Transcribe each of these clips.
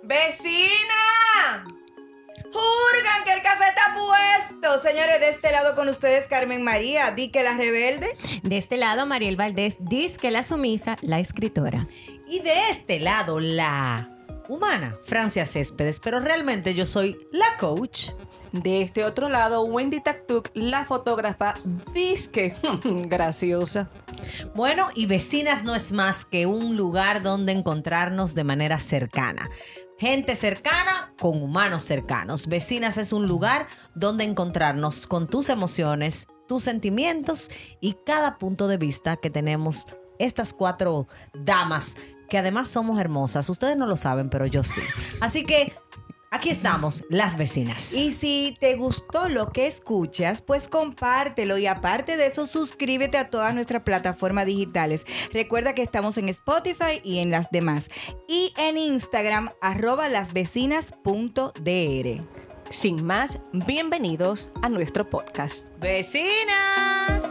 ¡Vecina! ¡Jurgan que el café está puesto! Señores, de este lado con ustedes Carmen María, di que la rebelde. De este lado Mariel Valdés, que la sumisa, la escritora. Y de este lado la humana, Francia Céspedes, pero realmente yo soy la coach. De este otro lado, Wendy Taktuk, la fotógrafa, disque graciosa. Bueno, y Vecinas no es más que un lugar donde encontrarnos de manera cercana. Gente cercana con humanos cercanos. Vecinas es un lugar donde encontrarnos con tus emociones, tus sentimientos y cada punto de vista que tenemos estas 4 damas, que además somos hermosas. Ustedes no lo saben, pero yo sí. Así que aquí estamos, las vecinas. Y si te gustó lo que escuchas, pues compártelo y aparte de eso, suscríbete a todas nuestras plataformas digitales. Recuerda que estamos en Spotify y en las demás. Y en Instagram, @lasvecinas.dr. Sin más, bienvenidos a nuestro podcast. ¡Vecinas!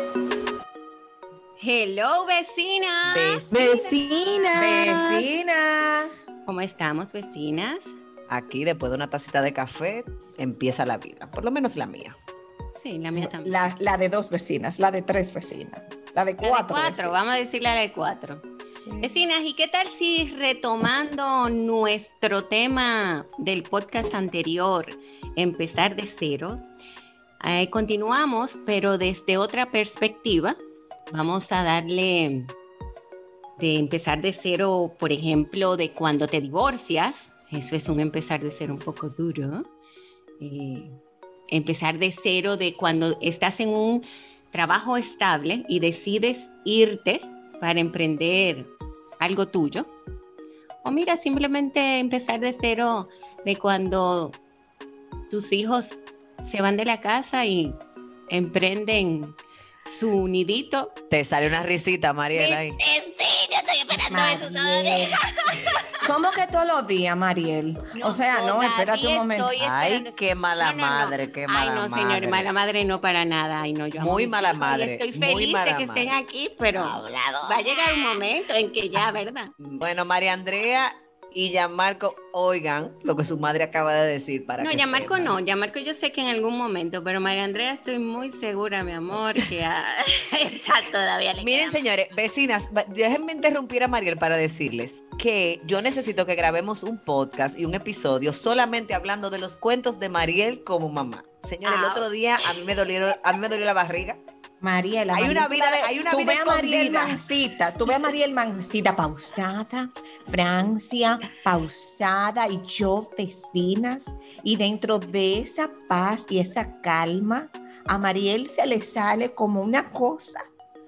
Hello, vecinas. Vecinas. ¿Cómo estamos, vecinas? Aquí, después de una tacita de café, empieza la vida. Por lo menos la mía. Sí, la mía también. La de 2 vecinas, la de 3 vecinas, la de 4. Vamos a decirle a la de 4. Vecinas, ¿y qué tal si retomando nuestro tema del podcast anterior, empezar de cero, continuamos, pero desde otra perspectiva? Vamos a darle de empezar de cero, por ejemplo, de cuando te divorcias. Eso es un empezar de cero un poco duro. Empezar de cero de cuando estás en un trabajo estable y decides irte para emprender algo tuyo. O mira, simplemente empezar de cero de cuando tus hijos se van de la casa y emprenden su nidito. Te sale una risita, Mariela, ahí. Sí, yo estoy esperando eso todavía. ¿Cómo que todos los días, Mariel? O sea, no, espérate un momento. Ay, qué mala madre, qué mala madre. Ay, no, señor, mala madre no para nada. Ay, no, yo muy mala madre. Estoy feliz de que estén aquí, pero va a llegar un momento en que ya, ¿verdad? Bueno, María Andrea y Gianmarco, oigan lo que su madre acaba de decir para No, que Gianmarco sepan. no, Gianmarco yo sé que en algún momento, pero María Andrea estoy muy segura, mi amor, que está todavía le Miren, queda. señores, vecinas, déjenme interrumpir a Mariel para decirles que yo necesito que grabemos un podcast y un episodio solamente hablando de los cuentos de Mariel como mamá. Señores, el otro día a mí me dolió la barriga. Mariela, Hay una vida tú vida ve a Mariel escondida. Mancita, tú ve a Mariel Mancita pausada, Francia pausada y yo vecinas, y dentro de esa paz y esa calma, a Mariel se le sale como una cosa.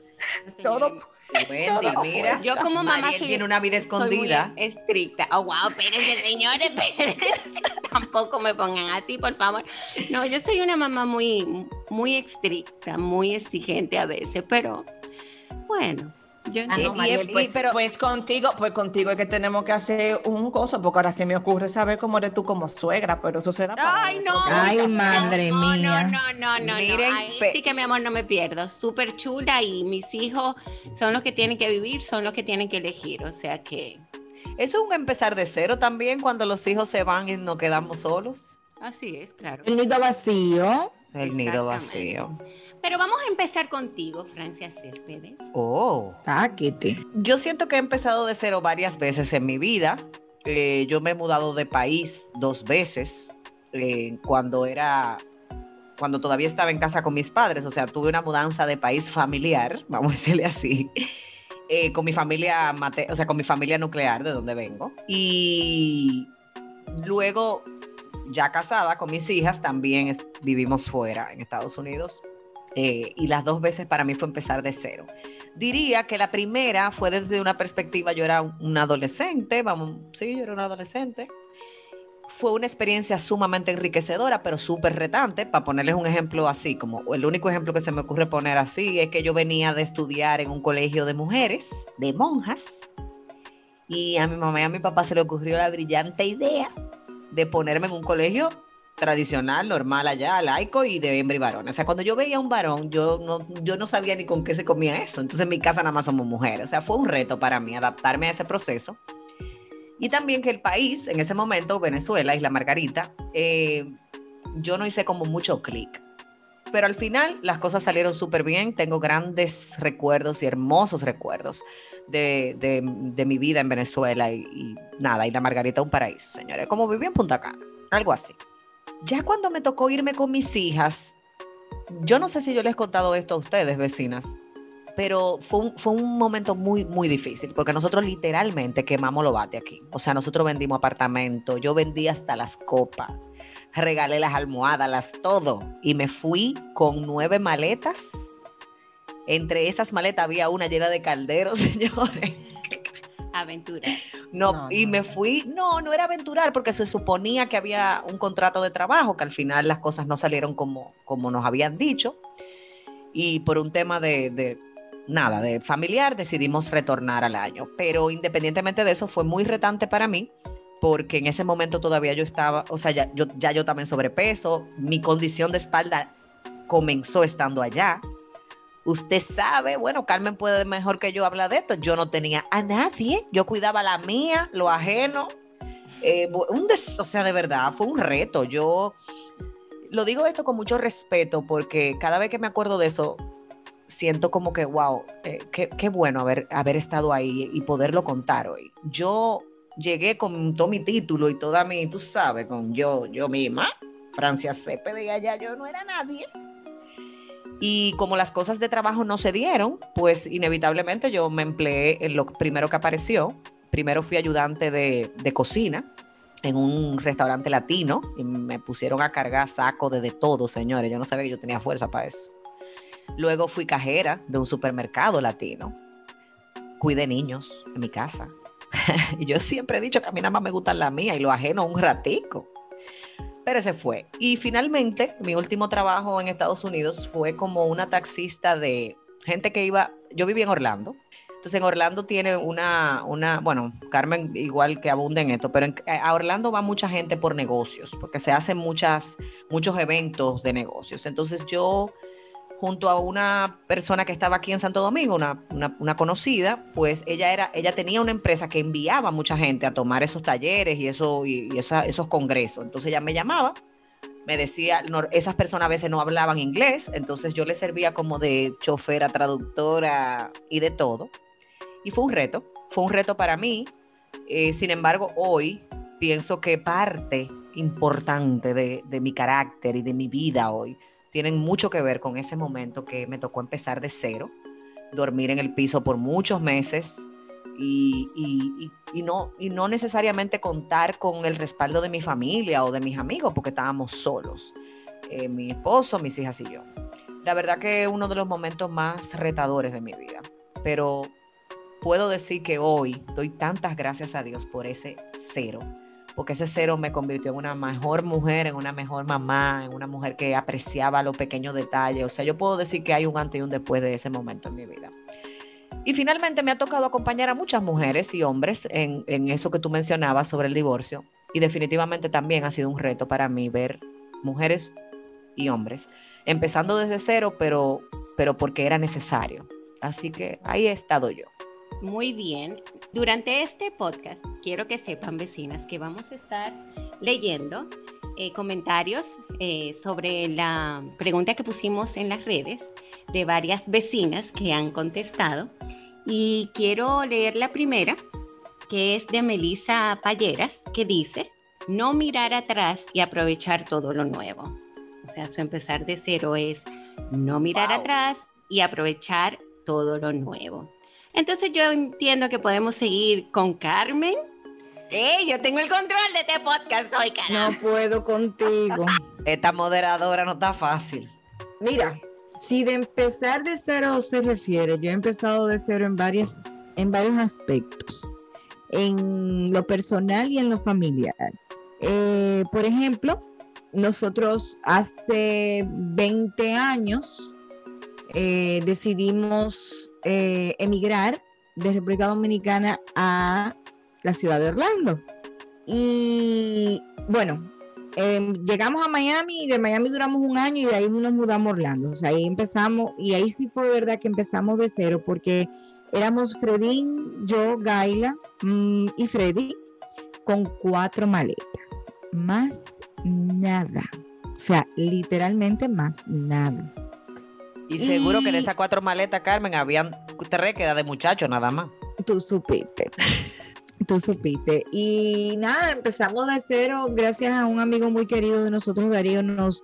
Todo Wendy, mira, Yo como mamá Mariel tiene una vida soy escondida. muy estricta. Oh, wow, espérense, señores, espérense. Tampoco me pongan así, por favor. No, yo soy una mamá muy, muy estricta, muy exigente a veces, pero bueno, yo Ah, no, Mariel, pues contigo es que tenemos que hacer un coso, porque ahora se me ocurre saber cómo eres tú como suegra, pero eso será para Ay, no. Ay, madre mía. No. Miren, Ahí sí que mi amor no me pierdo. Súper chula y mis hijos son los que tienen que vivir, son los que tienen que elegir. O sea que Eso es un empezar de cero también cuando los hijos se van y nos quedamos solos. así es, claro. El nido vacío. El nido Exactamente. vacío. Pero vamos a empezar contigo, Francia Céspedes. Oh. Táquete. Yo siento que he empezado de cero varias veces en mi vida. Yo me he mudado de país 2 veces. Cuando todavía estaba en casa con mis padres. O sea, tuve una mudanza de país familiar, vamos a decirle así. Con mi familia con mi familia nuclear, de donde vengo. Y luego, ya casada con mis hijas, también vivimos fuera, en Estados Unidos. Y las 2 veces para mí fue empezar de cero. Diría que la primera fue desde una perspectiva, yo era una adolescente, yo era una adolescente. Fue una experiencia sumamente enriquecedora, pero súper retante. Para ponerles un ejemplo así, como el único ejemplo que se me ocurre poner así, es que yo venía de estudiar en un colegio de mujeres, de monjas, y a mi mamá y a mi papá se le ocurrió la brillante idea de ponerme en un colegio tradicional, normal allá, laico y de hembra y varón. O sea, cuando yo veía a un varón, yo no sabía ni con qué se comía eso. Entonces en mi casa nada más somos mujeres. O sea, fue un reto para mí adaptarme a ese proceso. Y también que el país, en ese momento, Venezuela, Isla Margarita, yo no hice como mucho clic. Pero al final las cosas salieron súper bien. Tengo grandes recuerdos y hermosos recuerdos de mi vida en Venezuela. Y nada, Isla Margarita, un paraíso, señores. Como viví en Punta Cana, algo así. Ya cuando me tocó irme con mis hijas, yo no sé si yo les he contado esto a ustedes, vecinas, pero fue un momento muy, muy difícil, porque nosotros literalmente quemamos los bates aquí. O sea, nosotros vendimos apartamentos, yo vendí hasta las copas, regalé las almohadas, todo, y me fui con 9 maletas. Entre esas maletas había una llena de calderos, señores. Aventura. No, me fui, no era aventurar, porque se suponía que había un contrato de trabajo, que al final las cosas no salieron como nos habían dicho, y por un tema de familiar decidimos retornar al año. Pero independientemente de eso, fue muy retante para mí, porque en ese momento todavía yo estaba, o sea, yo estaba en sobrepeso, mi condición de espalda comenzó estando allá. Usted sabe, bueno, Carmen puede mejor que yo hablar de esto, yo no tenía a nadie, yo cuidaba la mía, lo ajeno, o sea, de verdad, fue un reto. Yo lo digo esto con mucho respeto, porque cada vez que me acuerdo de eso, siento como que, wow, qué bueno haber estado ahí y poderlo contar hoy. Yo llegué con todo mi título y toda mi, tú sabes, con yo misma, Francia Cepeda, y allá yo no era nadie. Y como las cosas de trabajo no se dieron, pues inevitablemente yo me empleé en lo primero que apareció. Primero fui ayudante de cocina en un restaurante latino y me pusieron a cargar saco de todo, señores. Yo no sabía que yo tenía fuerza para eso. Luego fui cajera de un supermercado latino. Cuidé niños en mi casa. Y yo siempre he dicho que a mí nada más me gustan la mía y lo ajeno un ratico. Pero ese fue. Y finalmente, mi último trabajo en Estados Unidos fue como una taxista de gente que iba... Yo vivía en Orlando. Entonces, en Orlando tiene bueno, Carmen igual que abunda en esto, pero a Orlando va mucha gente por negocios, porque se hacen muchos eventos de negocios. Entonces, yo, junto a una persona que estaba aquí en Santo Domingo, una conocida, pues ella tenía una empresa que enviaba a mucha gente a tomar esos talleres y esos congresos. Entonces ella me llamaba, me decía, esas personas a veces no hablaban inglés, entonces yo les servía como de chofera, traductora y de todo. Y fue un reto para mí. Sin embargo, hoy pienso que parte importante de mi carácter y de mi vida hoy tienen mucho que ver con ese momento que me tocó empezar de cero, dormir en el piso por muchos meses y no necesariamente contar con el respaldo de mi familia o de mis amigos, porque estábamos solos, mi esposo, mis hijas y yo. La verdad que es uno de los momentos más retadores de mi vida, pero puedo decir que hoy doy tantas gracias a Dios por ese cero, porque ese cero me convirtió en una mejor mujer, en una mejor mamá, en una mujer que apreciaba los pequeños detalles. O sea, yo puedo decir que hay un antes y un después de ese momento en mi vida. Y finalmente me ha tocado acompañar a muchas mujeres y hombres en eso que tú mencionabas sobre el divorcio. Y definitivamente también ha sido un reto para mí ver mujeres y hombres empezando desde cero, pero porque era necesario. Así que ahí he estado yo. Muy bien. Durante este podcast, quiero que sepan, vecinas, que vamos a estar leyendo comentarios sobre la pregunta que pusimos en las redes de varias vecinas que han contestado. Y quiero leer la primera, que es de Melissa Palleras, que dice: no mirar atrás y aprovechar todo lo nuevo. O sea, su empezar de cero es no mirar atrás y aprovechar todo lo nuevo. Entonces yo entiendo que podemos seguir con Carmen. Yo tengo el control de este podcast hoy, carajo. No puedo contigo. Esta moderadora no está fácil. Mira, si de empezar de cero se refiere, yo he empezado de cero en varios aspectos, en lo personal y en lo familiar. Por ejemplo, nosotros hace 20 años decidimos emigrar de República Dominicana a la ciudad de Orlando. Y bueno, llegamos a Miami y de Miami duramos un año y de ahí nos mudamos a Orlando. O sea, ahí empezamos, y ahí sí fue verdad que empezamos de cero, porque éramos Fredín, yo, Gaila y Freddy. con 4 maletas. Más nada. O sea, literalmente más nada. Y seguro que de esas 4 maletas, Carmen, habían 3 que eran de muchachos nada más. Tú supiste. Tú supiste. Y nada, empezamos de cero gracias a un amigo muy querido de nosotros, Darío, nos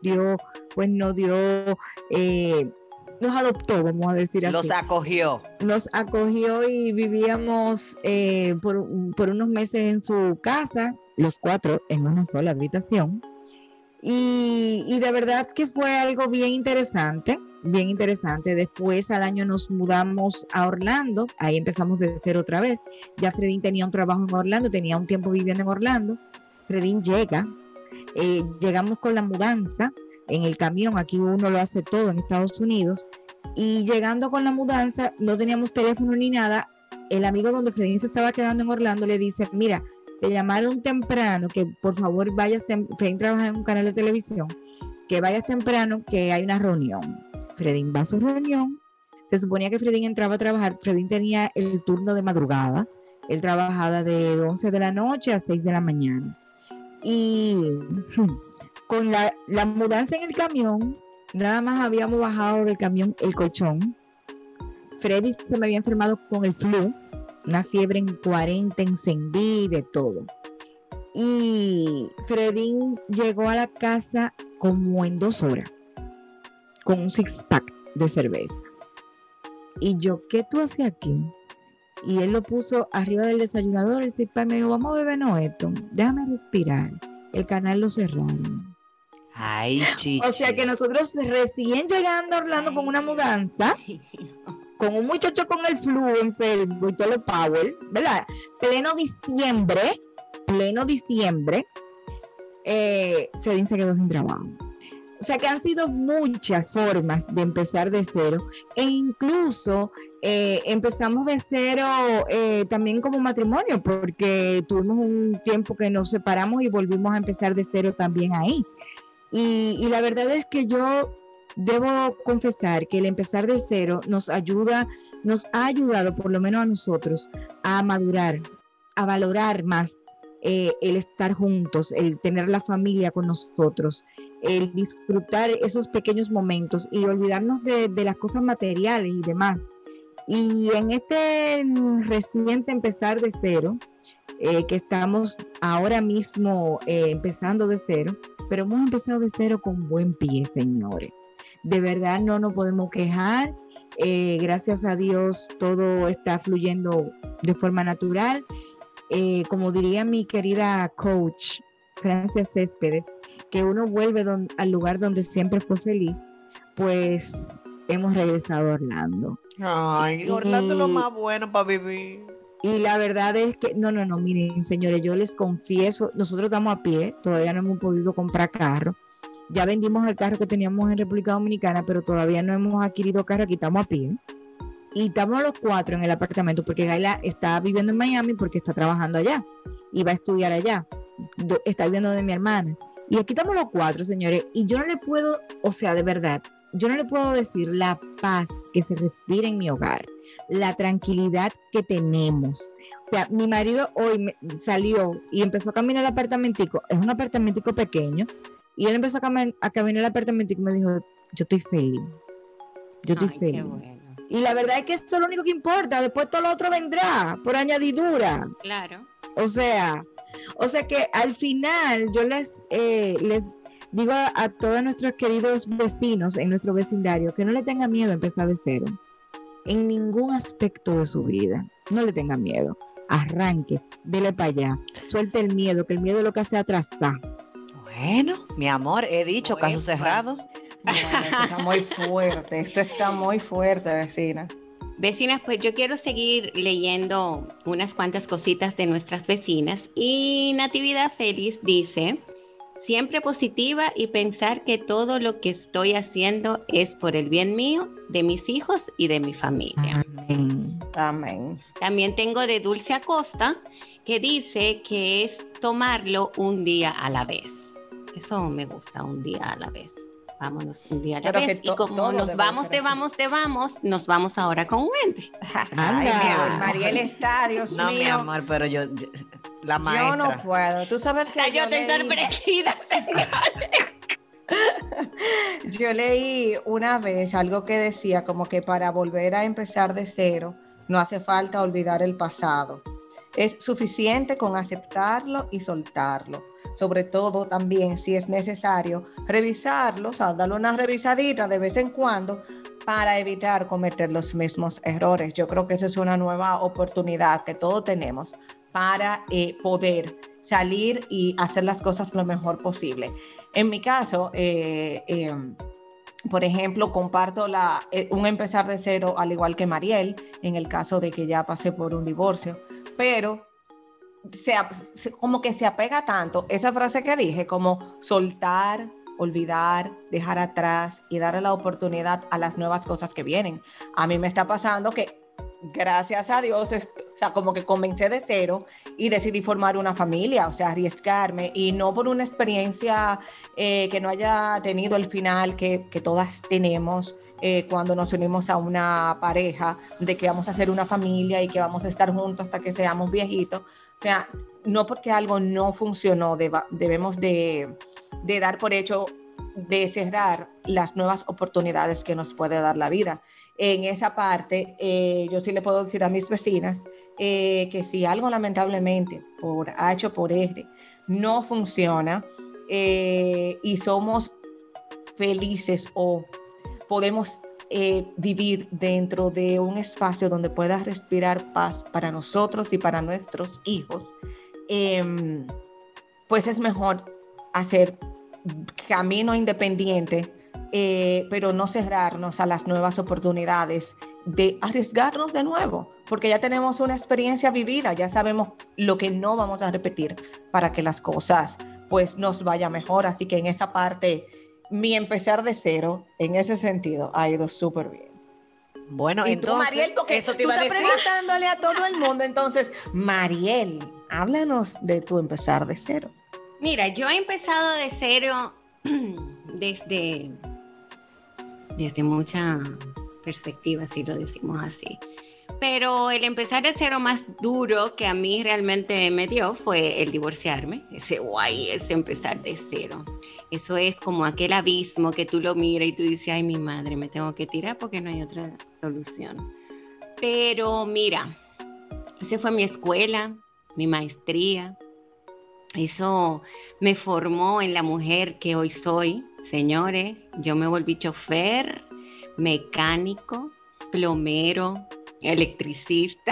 adoptó, vamos a decir así. Nos acogió y vivíamos por unos meses en su casa, los 4 en una sola habitación. Y de verdad que fue algo bien interesante. Después al año nos mudamos a Orlando, ahí empezamos de cero otra vez. Ya Fredín tenía un trabajo en Orlando, tenía un tiempo viviendo en Orlando. Fredín llegamos con la mudanza en el camión, aquí uno lo hace todo en Estados Unidos, y llegando con la mudanza no teníamos teléfono ni nada. El amigo donde Fredín se estaba quedando en Orlando le dice, mira, te llamaron temprano, que por favor vayas, Fredín trabaja en un canal de televisión, que vayas temprano, que hay una reunión. Fredín va a su reunión, se suponía que Fredín entraba a trabajar, Fredín tenía el turno de madrugada, él trabajaba de 11 de la noche a 6 de la mañana. Y con la mudanza en el camión, nada más habíamos bajado del camión el colchón. Freddy se me había enfermado con el flu, una fiebre en 40, encendí de todo. Y Fredín llegó a la casa como en 2 horas, con un 6-pack de cerveza. Y yo, ¿qué tú haces aquí? Y él lo puso arriba del desayunador, el 6-pack, me dijo, vamos a bebernos esto, déjame respirar. El canal lo cerraron. Ay, chichi. O sea que nosotros recién llegando a Orlando con una mudanza, con un muchacho con el flu enfermo y todo lo power, ¿verdad? Pleno diciembre, Fredín se quedó sin trabajo. O sea que han sido muchas formas de empezar de cero, e incluso empezamos de cero también como matrimonio, porque tuvimos un tiempo que nos separamos y volvimos a empezar de cero también ahí. Y la verdad es que yo debo confesar que el empezar de cero nos ha ayudado, por lo menos a nosotros, a madurar, a valorar más el estar juntos, el tener la familia con nosotros, el disfrutar esos pequeños momentos y olvidarnos de las cosas materiales y demás. Y en este reciente empezar de cero, que estamos ahora mismo empezando de cero, pero hemos empezado de cero con buen pie, señores. De verdad no nos podemos quejar. Gracias a Dios todo está fluyendo de forma natural. Como diría mi querida coach, Francia Céspedes, que uno vuelve al lugar donde siempre fue feliz, pues hemos regresado a Orlando. Ay, Orlando es lo más bueno para vivir. Y la verdad es que, no, miren, señores, yo les confieso, nosotros estamos a pie, todavía no hemos podido comprar carro. Ya vendimos el carro que teníamos en República Dominicana, pero todavía no hemos adquirido carro, aquí estamos a pie. Y estamos los 4 en el apartamento, porque Gaila está viviendo en Miami porque está trabajando allá y va a estudiar allá. Está viviendo de mi hermana. Y aquí estamos los 4, señores, y yo no le puedo, o sea, de verdad, yo no le puedo decir la paz que se respira en mi hogar, la tranquilidad que tenemos. O sea, mi marido hoy salió y empezó a caminar el apartamentico, es un apartamentico pequeño, y él empezó a caminar el apartamentico y me dijo, yo estoy feliz. Yo estoy feliz. Qué bueno. Y la verdad es que eso es lo único que importa, después todo lo otro vendrá por añadidura. Claro. O sea que al final yo les digo a todos nuestros queridos vecinos en nuestro vecindario que no le tengan miedo a empezar de cero. En ningún aspecto de su vida. No le tengan miedo. Arranque, dele para allá. Suelte el miedo, que el miedo lo que hace atrasar. Bueno, mi amor, he dicho, caso cerrado. Bueno, esto está muy fuerte, vecina. Vecinas, pues yo quiero seguir leyendo unas cuantas cositas de nuestras vecinas. Y Natividad Feliz dice, siempre positiva y pensar que todo lo que estoy haciendo es por el bien mío, de mis hijos y de mi familia. Amén. También tengo de Dulce Acosta, que dice que es tomarlo un día a la vez. Eso me gusta, un día a la vez. Vámonos un día a la vez. Y como nos vamos, nos vamos ahora con Wendy. Ay, Mariel está, Dios mío. No, mi amor, pero yo La Yo maestra. no puedo. Tú sabes que Yo estoy sorprendida. yo leí una vez algo que decía como que para volver a empezar de cero no hace falta olvidar el pasado. Es suficiente con aceptarlo y soltarlo. Sobre todo también, si es necesario, revisarlo, o sea, darle una revisadita de vez en cuando para evitar cometer los mismos errores. Yo creo que eso es una nueva oportunidad que todos tenemos para poder salir y hacer las cosas lo mejor posible. En mi caso, por ejemplo, comparto un empezar de cero, al igual que Mariel, en el caso de que ya pasé por un divorcio, pero como que se apega tanto esa frase que dije, como soltar, olvidar, dejar atrás y darle la oportunidad a las nuevas cosas que vienen. A mí me está pasando que, gracias a Dios, o sea, como que comencé de cero y decidí formar una familia, o sea, arriesgarme, y no por una experiencia que no haya tenido el final que todas tenemos cuando nos unimos a una pareja, de que vamos a hacer una familia y que vamos a estar juntos hasta que seamos viejitos. O sea, no porque algo no funcionó, debemos de dar por hecho de cerrar las nuevas oportunidades que nos puede dar la vida. En esa parte, yo sí le puedo decir a mis vecinas que si algo lamentablemente por H o por R no funciona y somos felices o podemos vivir dentro de un espacio donde pueda respirar paz para nosotros y para nuestros hijos, pues es mejor hacer camino independiente, pero no cerrarnos a las nuevas oportunidades de arriesgarnos de nuevo, porque ya tenemos una experiencia vivida, ya sabemos lo que no vamos a repetir para que las cosas pues nos vaya mejor. Así que en esa parte, mi empezar de cero, en ese sentido, ha ido súper bien. Bueno, Y entonces, tú, Mariel, porque eso te tú iba a estás decir. preguntándole a todo el mundo. Entonces, Mariel, háblanos de tu empezar de cero. Mira, yo he empezado de cero desde mucha perspectiva, si lo decimos así. Pero el empezar de cero más duro que a mí realmente me dio fue el divorciarme. Ese empezar de cero. Eso es como aquel abismo que tú lo miras y tú dices, ay, mi madre, me tengo que tirar porque no hay otra solución. Pero mira, esa fue mi escuela, mi maestría. Eso me formó en la mujer que hoy soy. Señores, yo me volví chofer, mecánico, plomero, electricista.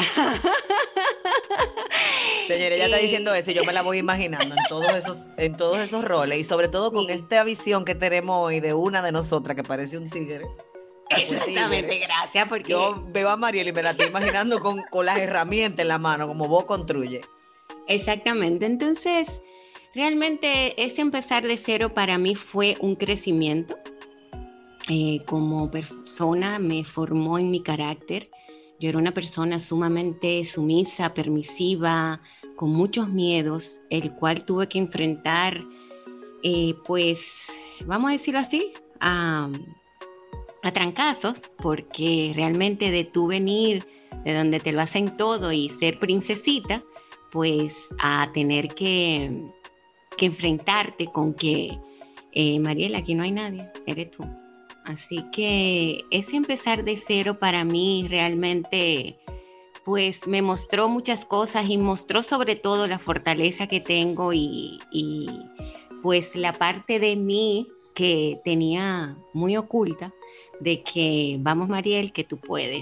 Señora, ella está diciendo eso y yo me la voy imaginando en todos esos roles, y sobre todo con esta visión que tenemos hoy de una de nosotras que parece un tigre. Exactamente, gracias. Porque Yo veo a Mariel y me la estoy imaginando con las herramientas en la mano, como vos construyes. exactamente. Entonces, realmente ese empezar de cero para mí fue un crecimiento. Como persona me formó en mi carácter. Yo era una persona sumamente sumisa, permisiva, con muchos miedos, el cual tuve que enfrentar, pues, vamos a decirlo así, a trancazos, porque realmente de tú venir de donde te lo hacen todo y ser princesita, pues a tener que enfrentarte con que, Mariela, aquí no hay nadie, eres tú. Así que ese empezar de cero para mí realmente pues me mostró muchas cosas y mostró sobre todo la fortaleza que tengo y pues la parte de mí que tenía muy oculta de que vamos Mariel, que tú puedes.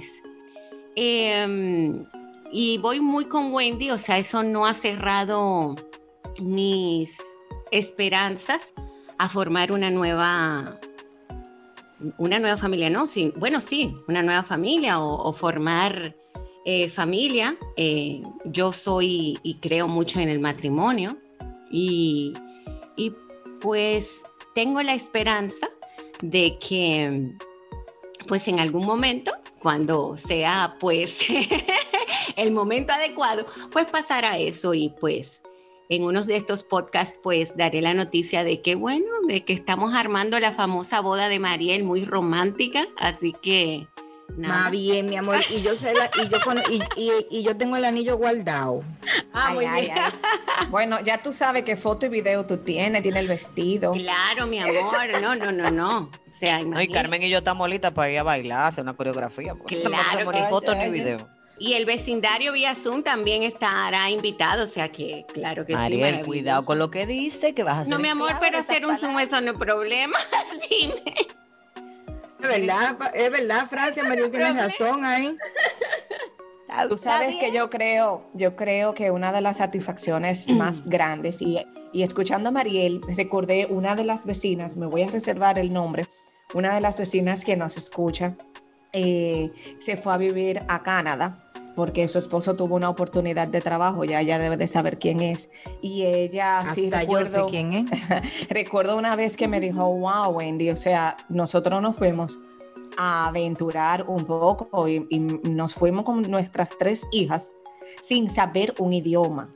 Y voy muy con Wendy, o sea, eso no ha cerrado mis esperanzas a formar una nueva familia, ¿no? Sí, bueno, sí, una nueva familia o formar familia. Yo soy y creo mucho en el matrimonio y pues tengo la esperanza de que pues en algún momento, cuando sea pues el momento adecuado, pues pasará eso y pues en uno de estos podcasts pues daré la noticia de que bueno, de que estamos armando la famosa boda de Mariel muy romántica, así que Nada. Más bien, mi amor, y yo sé y yo tengo el anillo guardado. Muy bien. Bueno, ya tú sabes qué foto y video tú tienes el vestido. Claro, mi amor. No. O sea, No, y imagínate. Carmen y yo estamos listas para ir a bailar, hacer una coreografía. Porque no Claro, hacemos ni oye, fotos ni oye. video. Y el vecindario vía Zoom también estará invitado, o sea que claro que sí. Mariel, maravilloso. cuidado con lo que dice, que vas a hacer. No, mi amor, pero hacer un Zoom eso no es problema. Dime. Es verdad, Francia, María tiene razón ahí. Tú sabes que yo creo que una de las satisfacciones más grandes, y escuchando a Mariel, recordé una de las vecinas, me voy a reservar el nombre, una de las vecinas que nos escucha, se fue a vivir a Canadá porque su esposo tuvo una oportunidad de trabajo, ya ella debe de saber quién es, y ella sí Hasta yo sé quién es. recuerdo una vez que me dijo, wow, Wendy, o sea, nosotros nos fuimos a aventurar un poco y nos fuimos con nuestras 3 hijas sin saber un idioma.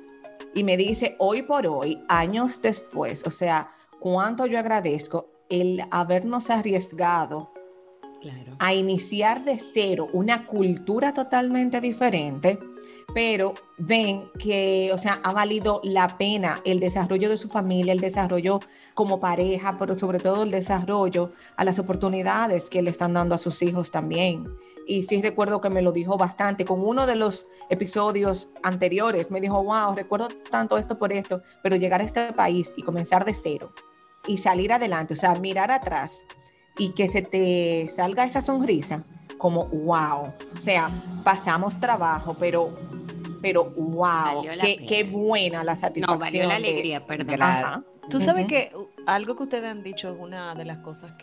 Y me dice, hoy por hoy, años después, o sea, cuánto yo agradezco el habernos arriesgado Claro. a iniciar de cero una cultura totalmente diferente, pero ven que, o sea, ha valido la pena el desarrollo de su familia, el desarrollo como pareja, pero sobre todo el desarrollo a las oportunidades que le están dando a sus hijos también. Y sí recuerdo que me lo dijo bastante. Con uno de los episodios anteriores me dijo, wow, recuerdo tanto esto por esto, pero llegar a este país y comenzar de cero y salir adelante, o sea, mirar atrás y que se te salga esa sonrisa, como wow, o sea, pasamos trabajo, pero wow, Valió la pena. qué buena la satisfacción. No, valió la de- alegría, perdón. Claro. Ajá. Tú sabes Ujú. que algo que ustedes han dicho es una de las cosas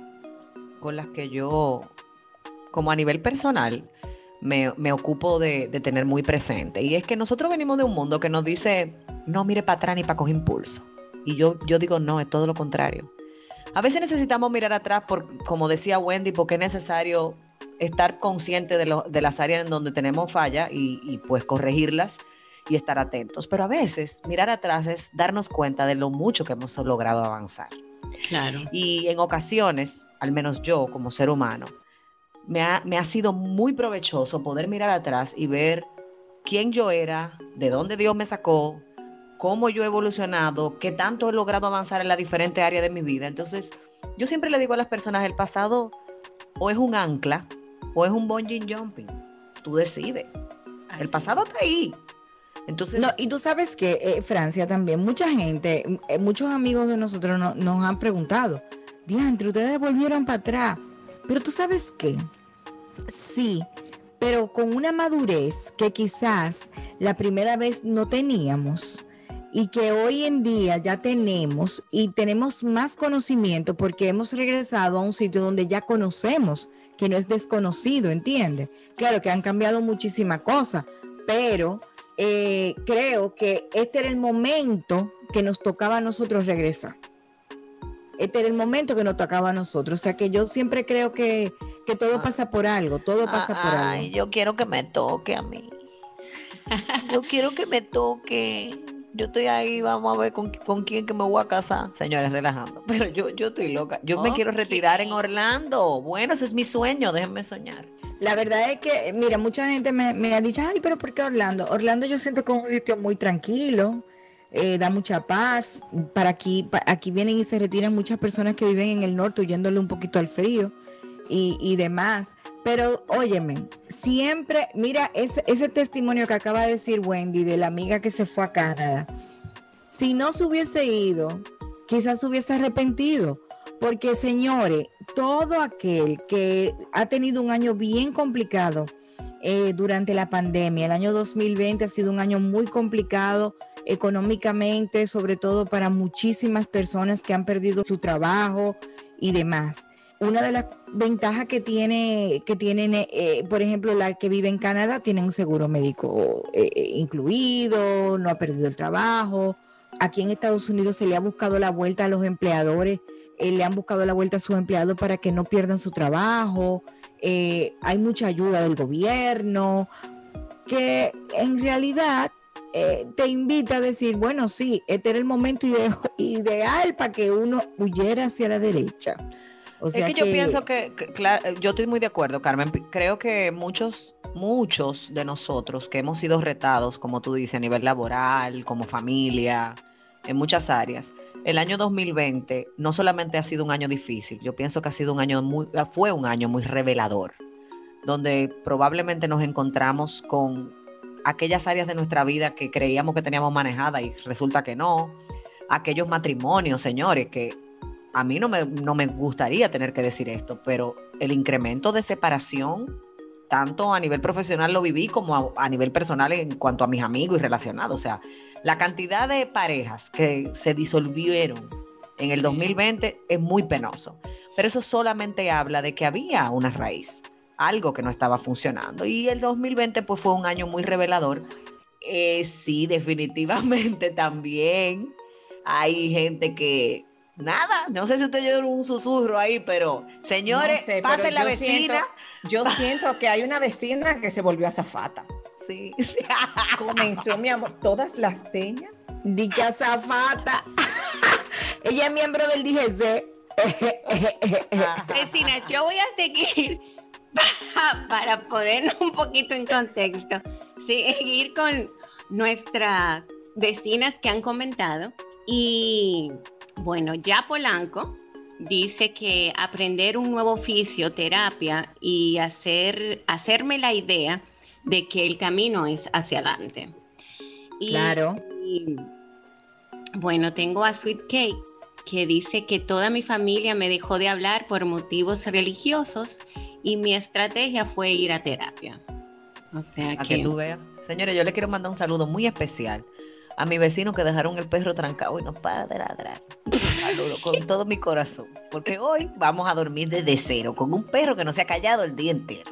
con las que yo, como a nivel personal, me ocupo de tener muy presente. Y es que nosotros venimos de un mundo que nos dice, no mire para atrás ni para coger impulso. Y yo digo, no, es todo lo contrario. A veces necesitamos mirar atrás, como decía Wendy, porque es necesario estar consciente de las áreas en donde tenemos falla y pues corregirlas y estar atentos. Pero a veces mirar atrás es darnos cuenta de lo mucho que hemos logrado avanzar. Claro. Y en ocasiones, al menos yo como ser humano, me ha sido muy provechoso poder mirar atrás y ver quién yo era, de dónde Dios me sacó, cómo yo he evolucionado, qué tanto he logrado avanzar en las diferentes áreas de mi vida. Entonces, yo siempre le digo a las personas, el pasado o es un ancla o es un bungee jumping. Tú decides. El pasado está ahí. Entonces, No, y tú sabes que, Francia, también, mucha gente, muchos amigos de nosotros nos han preguntado, diantre, ustedes volvieron para atrás, pero tú sabes qué, sí, pero con una madurez que quizás la primera vez no teníamos y que hoy en día ya tenemos y tenemos más conocimiento porque hemos regresado a un sitio donde ya conocemos, que no es desconocido, ¿entiendes? Claro que han cambiado muchísimas cosas, pero creo que este era el momento que nos tocaba a nosotros regresar. Este era el momento que nos tocaba a nosotros. O sea que yo siempre creo que todo pasa por algo, todo pasa por algo. yo quiero que me toque a mí. Yo quiero que me toque. Yo estoy ahí, vamos a ver con quién que me voy a casar. Señores, relajando. Pero yo estoy loca. Yo me quiero retirar en Orlando. Bueno, ese es mi sueño, déjenme soñar. La verdad es que, mira, mucha gente me ha dicho, ay, pero ¿por qué Orlando? Orlando yo siento que es un sitio muy tranquilo, da mucha paz. Aquí vienen y se retiran muchas personas que viven en el norte, huyéndole un poquito al frío y demás. Pero, óyeme, siempre, mira, ese testimonio que acaba de decir Wendy, de la amiga que se fue a Canadá, si no se hubiese ido, quizás se hubiese arrepentido. Porque, señores, todo aquel que ha tenido un año bien complicado durante la pandemia, el año 2020 ha sido un año muy complicado económicamente, sobre todo para muchísimas personas que han perdido su trabajo y demás. Una de las ventajas que tienen, por ejemplo, la que vive en Canadá, tiene un seguro médico incluido, no ha perdido el trabajo. Aquí en Estados Unidos se le ha buscado la vuelta a los empleadores, le han buscado la vuelta a sus empleados para que no pierdan su trabajo. Hay mucha ayuda del gobierno, que en realidad te invita a decir, bueno, sí, este era el momento ideal para que uno huyera hacia la derecha. O sea es que yo pienso claro, yo estoy muy de acuerdo, Carmen. Creo que muchos de nosotros que hemos sido retados, como tú dices, a nivel laboral, como familia, en muchas áreas, el año 2020 no solamente ha sido un año difícil, yo pienso que ha sido fue un año muy revelador, donde probablemente nos encontramos con aquellas áreas de nuestra vida que creíamos que teníamos manejadas y resulta que no, aquellos matrimonios, señores, que a mí no me gustaría tener que decir esto, pero el incremento de separación, tanto a nivel profesional lo viví como a nivel personal en cuanto a mis amigos y relacionados. O sea, la cantidad de parejas que se disolvieron en el 2020 es muy penoso. Pero eso solamente habla de que había una raíz, algo que no estaba funcionando. Y el 2020 pues fue un año muy revelador. Sí, definitivamente también hay gente que... Nada, no sé si usted oyó un susurro ahí, pero señores, No sé, pase pero la vecina. Yo siento que hay una vecina que se volvió azafata. Sí. Comenzó, mi amor, todas las señas. Dicha azafata. Ella es miembro del DGC. Vecinas, yo voy a seguir para ponernos un poquito en contexto, seguir con nuestras vecinas que han comentado. Y bueno, ya Polanco dice que aprender un nuevo oficio, terapia y hacerme la idea de que el camino es hacia adelante. Claro. Y bueno, tengo a Sweet Cake que dice que toda mi familia me dejó de hablar por motivos religiosos y mi estrategia fue ir a terapia. O sea que tú veas. Señores, yo le quiero mandar un saludo muy especial a mi vecino que dejaron el perro trancado y no para de ladrar. Un saludo con todo mi corazón, porque hoy vamos a dormir desde cero con un perro que no se ha callado el día entero.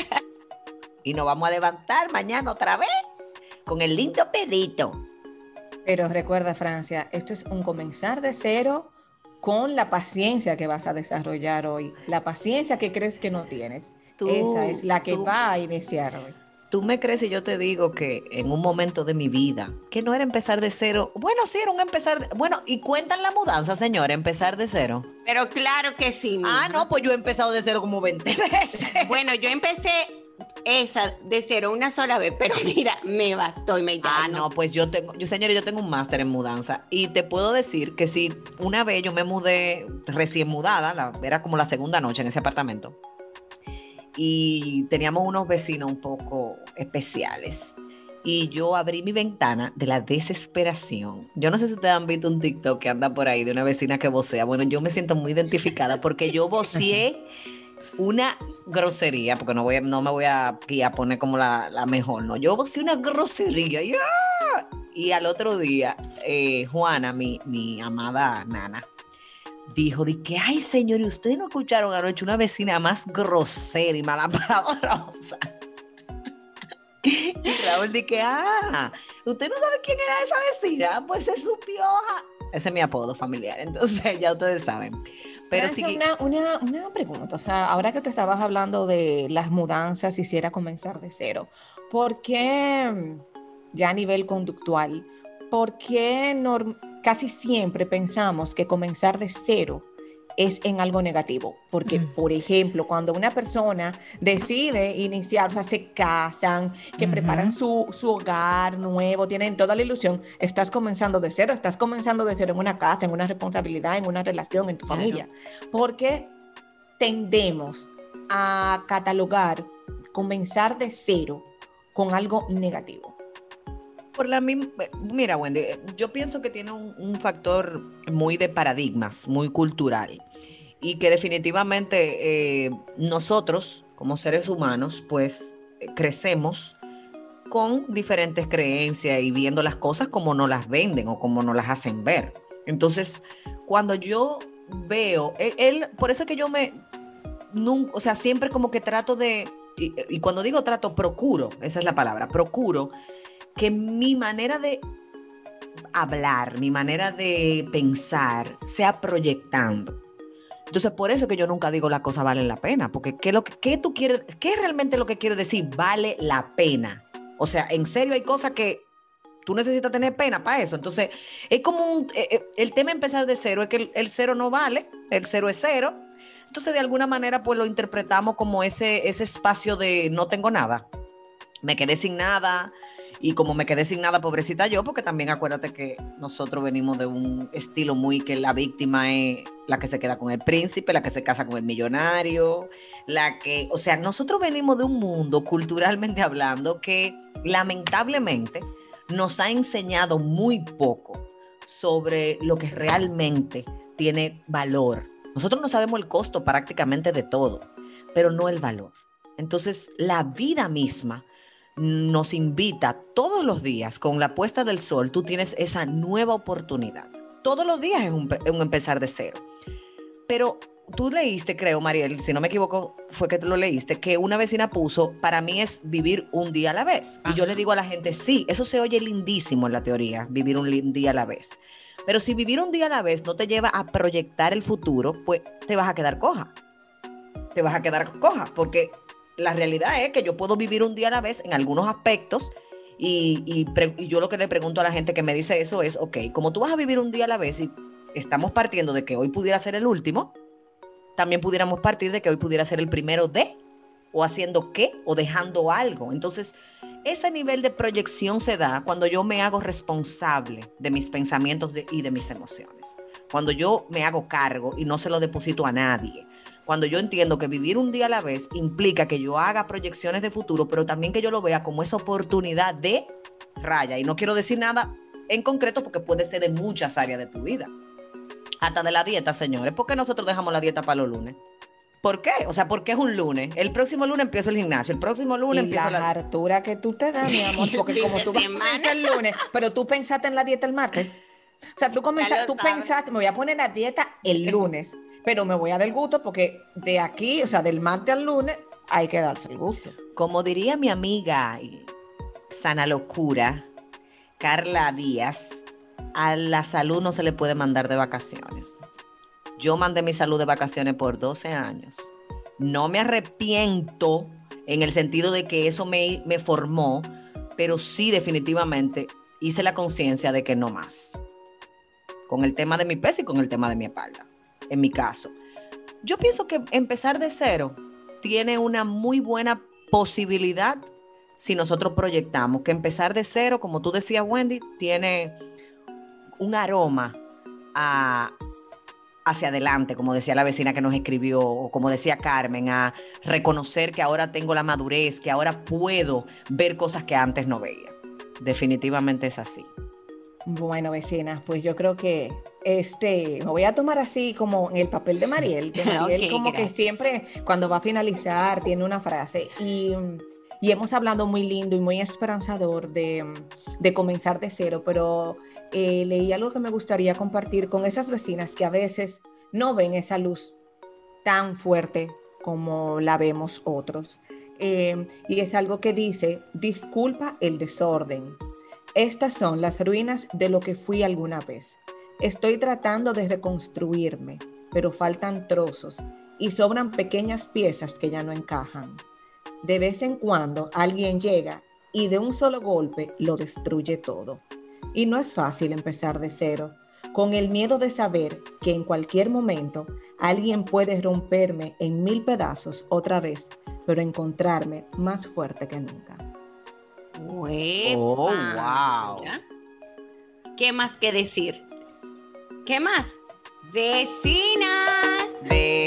Y nos vamos a levantar mañana otra vez con el lindo perrito. Pero recuerda, Francia, esto es un comenzar de cero con la paciencia que vas a desarrollar hoy. La paciencia que crees que no tienes. Esa es la que va a iniciar hoy. ¿Tú me crees si yo te digo que en un momento de mi vida, que no era empezar de cero? Bueno, sí, era un bueno, y cuentan la mudanza, señora, empezar de cero. Pero claro que sí. Ah, no, pues yo he empezado de cero como 20 veces. Bueno, yo empecé esa de cero una sola vez, pero mira, me bastó y me llamo. Ah, no, pues señores, yo tengo un máster en mudanza y te puedo decir que si una vez yo me mudé recién mudada, era como la segunda noche en ese apartamento, y teníamos unos vecinos un poco especiales. Y yo abrí mi ventana de la desesperación. Yo no sé si ustedes han visto un TikTok que anda por ahí de una vecina que vocea. Bueno, yo me siento muy identificada porque yo voceé una grosería, porque no me voy a poner como la mejor, no. Yo voceé una grosería. Y al otro día, Juana, mi amada nana, dijo de que, ay, señor, ¿y ustedes no escucharon anoche una vecina más grosera y malhabladosa? Y Raúl dice que, ¿usted no sabe quién era esa vecina? Pues es su pioja. Ese es mi apodo familiar, entonces ya ustedes saben. Pero sí, una pregunta, o sea, ahora que te estabas hablando de las mudanzas, quisiera comenzar de cero. ¿Por qué, ya a nivel conductual, por qué casi siempre pensamos que comenzar de cero es en algo negativo? Porque, por ejemplo, cuando una persona decide iniciar, o sea, se casan, que preparan su hogar nuevo, tienen toda la ilusión, estás comenzando de cero en una casa, en una responsabilidad, en una relación, en tu familia. Porque tendemos a catalogar comenzar de cero con algo negativo. Por la misma, mira, Wendy, yo pienso que tiene un factor muy de paradigmas, muy cultural, y que definitivamente nosotros, como seres humanos, pues crecemos con diferentes creencias y viendo las cosas como nos las venden o como nos las hacen ver. Entonces, cuando yo veo, por eso es que yo o sea, siempre como que trato de, y cuando digo trato, procuro, esa es la palabra, procuro que mi manera de hablar, mi manera de pensar sea proyectando. Entonces, por eso es que yo nunca digo las cosas valen la pena, porque ¿qué es realmente lo que quiero decir? Vale la pena. O sea, en serio hay cosas que tú necesitas tener pena para eso. Entonces, es como el tema de empezar de cero, es que el cero no vale, el cero es cero. Entonces, de alguna manera, pues lo interpretamos como ese espacio de no tengo nada, me quedé sin nada, y como me quedé sin nada, pobrecita yo, porque también acuérdate que nosotros venimos de un estilo muy que la víctima es la que se queda con el príncipe, la que se casa con el millonario, o sea, nosotros venimos de un mundo, culturalmente hablando, que lamentablemente nos ha enseñado muy poco sobre lo que realmente tiene valor. Nosotros no sabemos el costo prácticamente de todo, pero no el valor. Entonces, la vida misma nos invita todos los días, con la puesta del sol, tú tienes esa nueva oportunidad. Todos los días es un empezar de cero. Pero tú leíste, creo, Mariel, si no me equivoco, fue que tú lo leíste, que una vecina puso, para mí es vivir un día a la vez. Ajá. Y yo le digo a la gente, sí, eso se oye lindísimo en la teoría, vivir un día a la vez. Pero si vivir un día a la vez no te lleva a proyectar el futuro, pues te vas a quedar coja. Te vas a quedar coja, porque la realidad es que yo puedo vivir un día a la vez en algunos aspectos y yo lo que le pregunto a la gente que me dice eso es, ok, como tú vas a vivir un día a la vez y estamos partiendo de que hoy pudiera ser el último, también pudiéramos partir de que hoy pudiera ser el primero de, o haciendo qué, o dejando algo. Entonces, ese nivel de proyección se da cuando yo me hago responsable de mis pensamientos y de mis emociones. Cuando yo me hago cargo y no se lo deposito a nadie. Cuando yo entiendo que vivir un día a la vez implica que yo haga proyecciones de futuro, pero también que yo lo vea como esa oportunidad de raya. Y no quiero decir nada en concreto porque puede ser de muchas áreas de tu vida. Hasta de la dieta, señores. ¿Por qué nosotros dejamos la dieta para los lunes? ¿Por qué? O sea, ¿por qué es un lunes? El próximo lunes empiezo el gimnasio, el próximo lunes empiezo la hartura que tú te das, mi amor, porque como tú vas a comenzar el lunes, pero tú pensaste en la dieta el martes. O sea, tú pensaste, me voy a poner la dieta el lunes, pero me voy a dar el gusto porque de aquí, o sea, del martes al lunes, hay que darse el gusto. Como diría mi amiga Sana Locura, Carla Díaz, a la salud no se le puede mandar de vacaciones. Yo mandé mi salud de vacaciones por 12 años. No me arrepiento en el sentido de que eso me formó, pero sí definitivamente hice la conciencia de que no más. Con el tema de mi peso y con el tema de mi espalda, en mi caso. Yo pienso que empezar de cero tiene una muy buena posibilidad si nosotros proyectamos. Que empezar de cero, como tú decías, Wendy, tiene un aroma hacia adelante, como decía la vecina que nos escribió, o como decía Carmen, a reconocer que ahora tengo la madurez, que ahora puedo ver cosas que antes no veía. Definitivamente es así. Bueno, vecinas, pues yo creo que me voy a tomar así como en el papel de Mariel, que Mariel okay, como gracias. Que siempre cuando va a finalizar tiene una frase y hemos hablado muy lindo y muy esperanzador de comenzar de cero, pero leí algo que me gustaría compartir con esas vecinas que a veces no ven esa luz tan fuerte como la vemos otros. Y es algo que dice, disculpa el desorden. Estas son las ruinas de lo que fui alguna vez. Estoy tratando de reconstruirme, pero faltan trozos y sobran pequeñas piezas que ya no encajan. De vez en cuando alguien llega y de un solo golpe lo destruye todo. Y no es fácil empezar de cero, con el miedo de saber que en cualquier momento alguien puede romperme en 1000 pedazos otra vez, pero encontrarme más fuerte que nunca. ¡Uepa! ¡Oh, wow! ¿Ya? ¿Qué más que decir? ¿Qué más? ¡Vecinas!